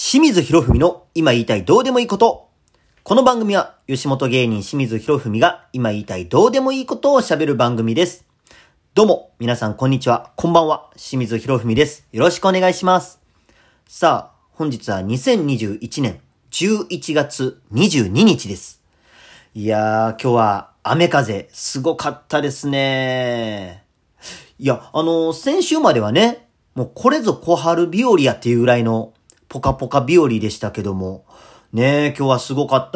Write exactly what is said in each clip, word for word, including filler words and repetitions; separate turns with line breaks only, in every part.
清水博文の今言いたいどうでもいいこと。この番組は吉本芸人清水博文が今言いたいどうでもいいことを喋る番組です。どうも皆さんこんにちは、こんばんは。清水博文です。よろしくお願いします。さあ本日はにせんにじゅういちねんじゅういちがつにじゅうににちです。いやー今日は雨風すごかったですね。いやあのー、先週まではね、もうこれぞ小春日和やっていうぐらいのポカポカ日和でしたけども、ねえ、今日はすごかった。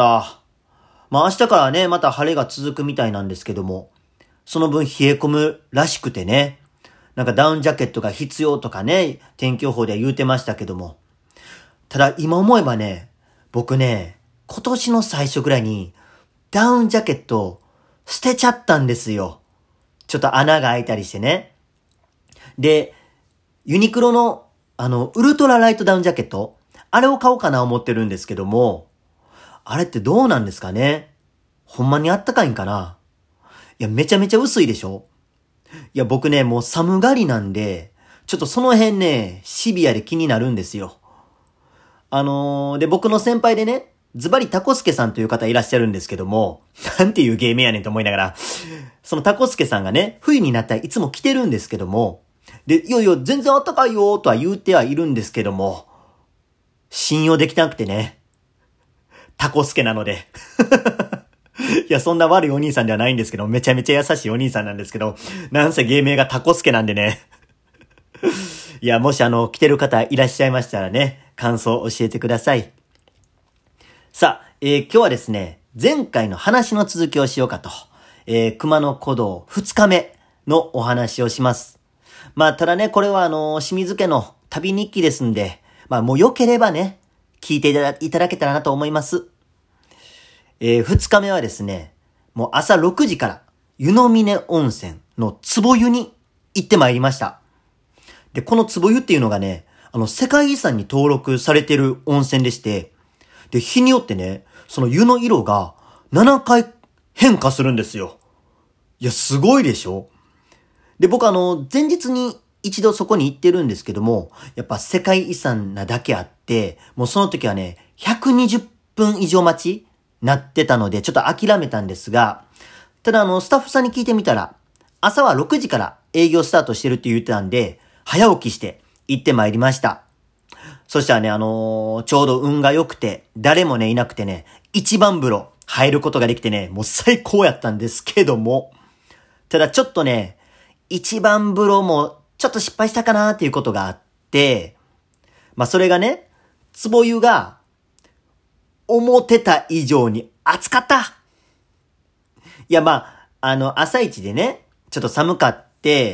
まあ明日からね、また晴れが続くみたいなんですけども、その分冷え込むらしくてね、なんかダウンジャケットが必要とかね、天気予報では言うてましたけども、ただ今思えばね、僕ね、今年の最初ぐらいにダウンジャケット捨てちゃったんですよ。ちょっと穴が開いたりしてね。で、ユニクロのあの、ウルトラライトダウンジャケット、あれを買おうかな思ってるんですけども、あれってどうなんですかね？ほんまにあったかいんかな？いや、めちゃめちゃ薄いでしょ？いや、僕ね、もう寒がりなんで、ちょっとその辺ね、シビアで気になるんですよ。あのー、で、僕の先輩でね、ズバリタコスケさんという方いらっしゃるんですけども、なんていう芸名やねんと思いながら、そのタコスケさんがね、冬になったらいつも着てるんですけども、で、いやいや、全然暖かいよとは言うてはいるんですけども、信用できなくてね。タコスケなので。いや、そんな悪いお兄さんではないんですけど、めちゃめちゃ優しいお兄さんなんですけど、なんせ芸名がタコスケなんでね。いや、もしあの、来てる方いらっしゃいましたらね、感想を教えてください。さあ、えー、今日はですね、前回の話の続きをしようかと。えー、熊野古道ふつかめのお話をします。まあ、ただね、これはあの、清水家の旅日記ですんで、まあ、もう良ければね、聞いていただ、いただけたらなと思います。えー、二日目はですね、もう朝ろくじから、湯の峰温泉の壺湯に行ってまいりました。で、この壺湯っていうのがね、あの、世界遺産に登録されてる温泉でして、で、日によってね、その湯の色がななかい変化するんですよ。いや、すごいでしょ？で、僕あの、前日に一度そこに行ってるんですけども、やっぱ世界遺産なだけあって、もうその時はね、ひゃくにじゅっぷん以上待ちなってたので、ちょっと諦めたんですが、ただあの、スタッフさんに聞いてみたら、朝はろくじから営業スタートしてるって言ってたんで、早起きして行ってまいりました。そしたらね、あのー、ちょうど運が良くて、誰もね、いなくてね、一番風呂入ることができてね、もう最高やったんですけども、ただちょっとね、一番風呂もちょっと失敗したかなっていうことがあって、まあそれがね、壺湯が思ってた以上に暑かった。いやまあ、あの朝一でね、ちょっと寒かって、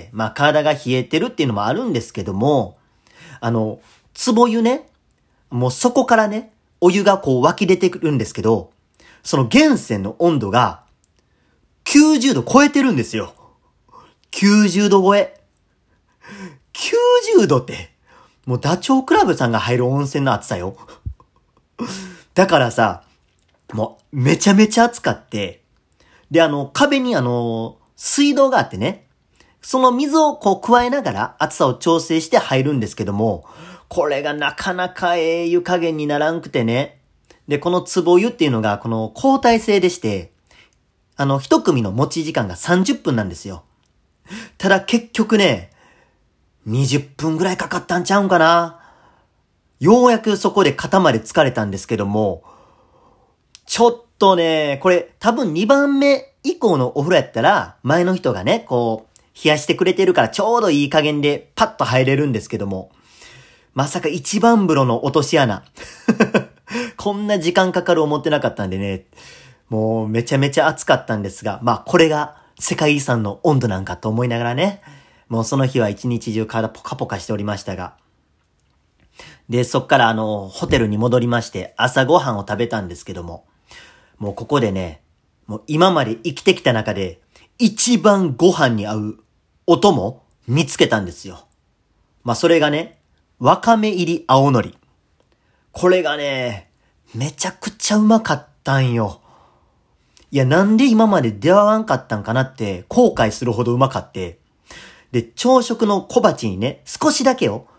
まあ体が冷えてるっていうのもあるんですけども、あの、壺湯ね、もうそこからね、お湯がこう湧き出てくるんですけど、その源泉の温度がきゅうじゅうど超えてるんですよ。きゅうじゅうど超え。きゅうじゅうどって、もうダチョウ倶楽部さんが入る温泉の暑さよ。だからさ、もうめちゃめちゃ暑かって、であの壁にあの水道があってね、その水をこう加えながら暑さを調整して入るんですけども、これがなかなかええ湯加減にならんくてね。で、この壺湯っていうのがこの交代制でして、あの一組の持ち時間がさんじゅっぷんなんですよ。ただ結局ね、にじゅっぷんぐらいかかったんちゃうんかな。ようやくそこで肩まで疲れたんですけども、ちょっとね、これ多分にばんめ以降のお風呂やったら、前の人がね、こう、冷やしてくれてるからちょうどいい加減でパッと入れるんですけども、まさか一番風呂の落とし穴。こんな時間かかる思ってなかったんでね、もうめちゃめちゃ暑かったんですが、まあこれが世界遺産の温度なんかと思いながらね、もうその日は一日中体ポカポカしておりましたが。で、そっからあの、ホテルに戻りまして、朝ごはんを食べたんですけども、もうここでね、もう今まで生きてきた中で、一番ご飯に合うお供見つけたんですよ。まあそれがね、わかめ入り青のり。これがね、めちゃくちゃうまかったんよ。いや、なんで今まで出会わんかったんかなって後悔するほどうまかって、で、朝食の小鉢にね、少しだけよ、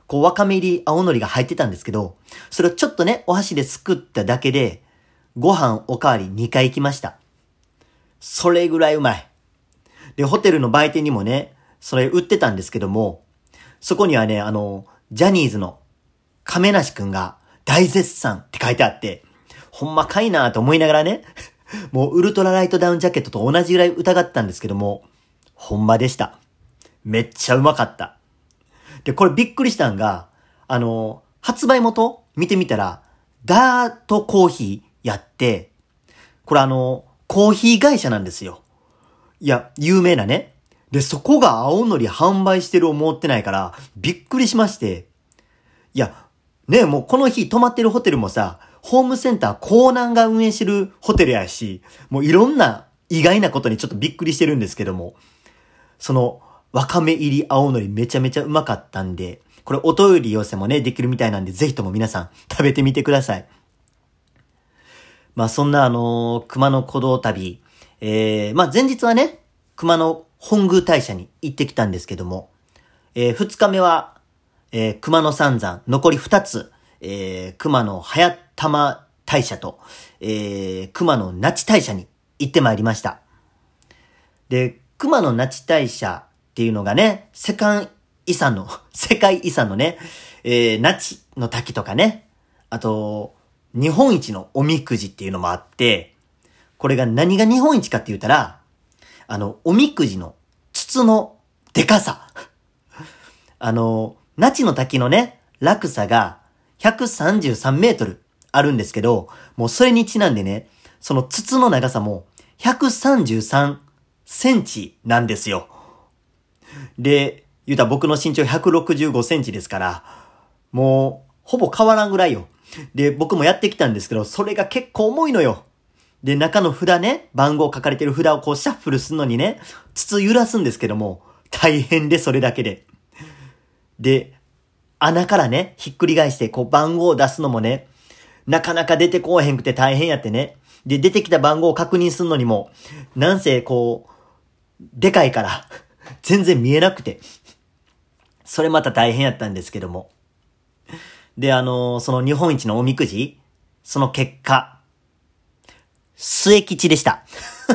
こう、わかめ入り青のりが入ってたんですけど、それをちょっとね、お箸ですくっただけで、ご飯おかわりにかい行きました。それぐらいうまい。で、ホテルの売店にもね、それ売ってたんですけども、そこにはね、あの、ジャニーズの亀梨くんが大絶賛って書いてあって、ほんまかいなと思いながらね、もうウルトラライトダウンジャケットと同じぐらい疑ったんですけども、ほんまでした。めっちゃうまかった。で、これびっくりしたんが、あの、発売元見てみたら、ダートコーヒーやって、これあの、コーヒー会社なんですよ。いや、有名なね。で、そこが青のり販売してる思ってないから、びっくりしまして。いや、ね、もうこの日泊まってるホテルもさ、ホームセンターコーナンが運営してるホテルやし、もういろんな意外なことにちょっとびっくりしてるんですけども、その、わかめ入り青のりめちゃめちゃうまかったんで、これお取り寄せもね、できるみたいなんで、ぜひとも皆さん食べてみてください。まあそんなあのー、熊野古道旅、えー、まあ前日はね、熊野本宮大社に行ってきたんですけども、えー、二日目は、えー、熊野三山、残り二つ、えー、熊野早玉大社と、えー、熊野那智大社に行ってまいりました。で、熊野那智大社っていうのがね、世界遺産の、世界遺産のね、えー、那智の滝とかね、あと、日本一のおみくじっていうのもあって、これが何が日本一かって言ったら、あの、おみくじの筒のでかさ。あの、那智の滝のね、落差がひゃくさんじゅうさんメートルあるんですけど、もうそれにちなんでね、その筒の長さもひゃくさんじゅうさんセンチなんですよ。で、言うたら僕の身長ひゃくろくじゅうごセンチですから、もうほぼ変わらんぐらいよ。で、僕もやってきたんですけど、それが結構重いのよ。で、中の札ね、番号書かれてる札をこうシャッフルするのにね、筒揺らすんですけども、大変でそれだけで。で、穴からね、ひっくり返してこう番号を出すのもね、なかなか出てこうへんくて大変やってね。で、出てきた番号を確認するのにも、なんせこう、でかいから、全然見えなくて。それまた大変やったんですけども。で、あのー、その日本一のおみくじ、その結果、末吉でした。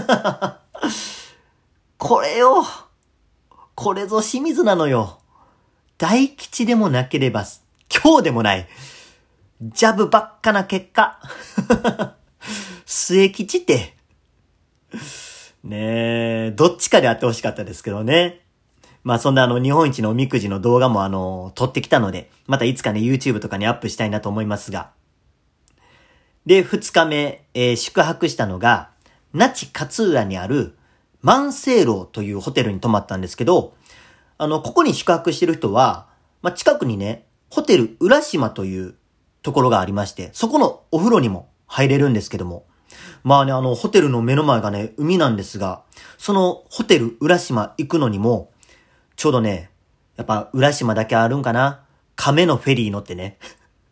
これよ。これぞ清水なのよ。大吉でもなければ、今日でもない。ジャブばっかな結果。末吉って。ねえ、どっちかであってほしかったですけどね。まあそんなあの日本一のおみくじの動画もあの撮ってきたので、またいつかね YouTube とかにアップしたいなと思いますが。で、二日目、えー、宿泊したのが、那智勝浦にある万世楼というホテルに泊まったんですけど、あの、ここに宿泊してる人は、まあ近くにね、ホテル浦島というところがありまして、そこのお風呂にも入れるんですけども、まあね、あの、ホテルの目の前がね、海なんですが、そのホテル浦島行くのにも、ちょうどね、やっぱ浦島だけあるんかな、亀のフェリー乗ってね、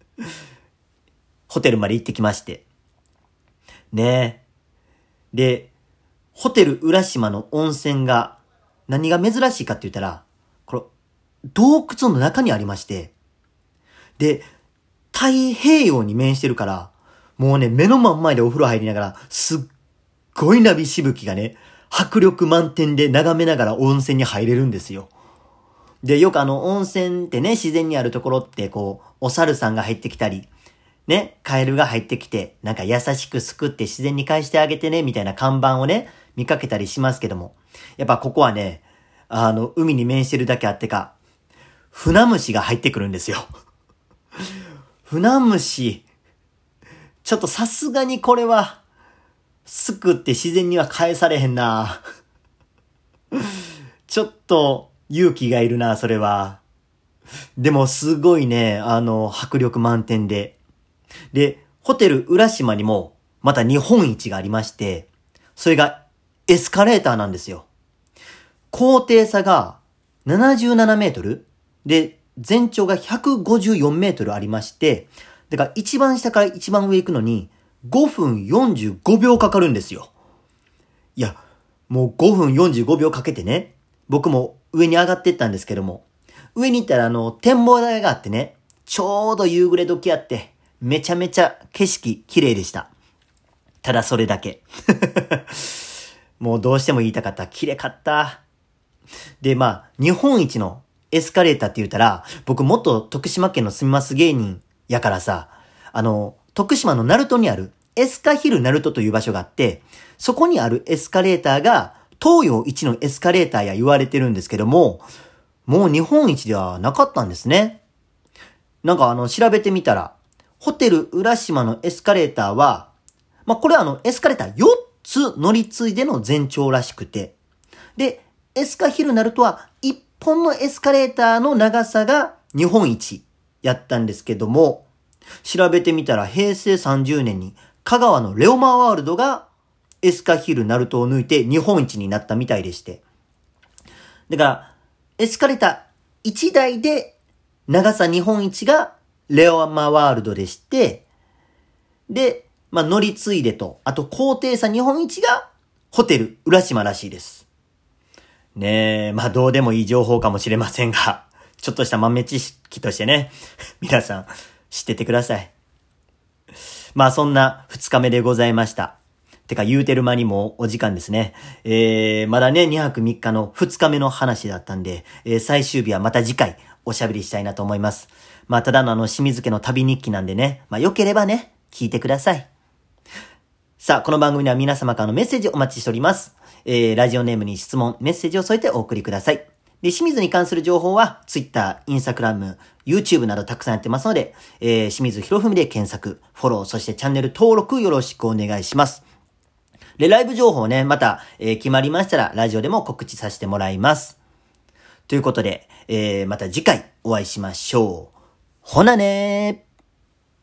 ホテルまで行ってきまして。ねえ。で、ホテル浦島の温泉が、何が珍しいかって言ったら、これ、洞窟の中にありまして、で、太平洋に面してるから、もうね、目の真ん前でお風呂入りながら、すっごいナビしぶきがね、迫力満点で眺めながら温泉に入れるんですよ。で、よくあの温泉ってね、自然にあるところってこう、お猿さんが入ってきたり、ね、カエルが入ってきて、なんか優しくすくって自然に返してあげてね、みたいな看板をね、見かけたりしますけども。やっぱここはね、あの、海に面してるだけあってか、船虫が入ってくるんですよ。船虫、ちょっとさすがにこれは、すくって自然には返されへんな。ちょっと勇気がいるな、それは。でもすごいね、あの、迫力満点で。で、ホテル浦島にもまた日本一がありまして、それがエスカレーターなんですよ。高低差がななじゅうななメートルで、全長がひゃくごじゅうよんメートルありまして、だから一番下から一番上行くのにごふんよんじゅうごびょうかかるんですよ。いや、もうごふんよんじゅうごびょうかけてね、僕も上に上がってったんですけども、 上に行ったらあの、展望台があってね、ちょうど夕暮れ時あって、めちゃめちゃ景色綺麗でした。ただそれだけ。もうどうしても言いたかった。綺麗かった。で、まあ、日本一のエスカレーターって言ったら、僕元徳島県の住みます芸人やからさ、あの、徳島の鳴門にあるエスカヒル鳴門という場所があって、そこにあるエスカレーターが東洋一のエスカレーターや言われてるんですけども、もう日本一ではなかったんですね。なんかあの、調べてみたら、ホテル浦島のエスカレーターは、まあ、これはあの、エスカレーターよっつ乗り継いでの全長らしくて、で、エスカヒルナルトはいっぽんのエスカレーターの長さが日本一やったんですけども、調べてみたらへいせいさんじゅうねんに香川のレオマワールドがエスカヒルナルトを抜いて日本一になったみたいでして。だから、エスカレーターいちだいで長さ日本一がレオマワールドでして、で、まあ、乗り継いでと、あと高低差日本一がホテル浦島らしいです。ねえ、まあどうでもいい情報かもしれませんが、ちょっとした豆知識としてね、皆さん知っててください。まあそんなふつかめでございました。てか言うてる間にもうお時間ですね。えー、まだねにはくみっかのふつかめの話だったんで、えー、最終日はまた次回おしゃべりしたいなと思います。まあただのあの清水家の旅日記なんでね、まあ良ければね、聞いてください。さあ、この番組では皆様からのメッセージをお待ちしております。えー、ラジオネームに質問、メッセージを添えてお送りください。で、清水に関する情報は、Twitter、Instagram、YouTube などたくさんやってますので、えー、清水博文で検索、フォロー、そしてチャンネル登録よろしくお願いします。で、ライブ情報ね、また、えー、決まりましたら、ラジオでも告知させてもらいます。ということで、えー、また次回お会いしましょう。ほなねー。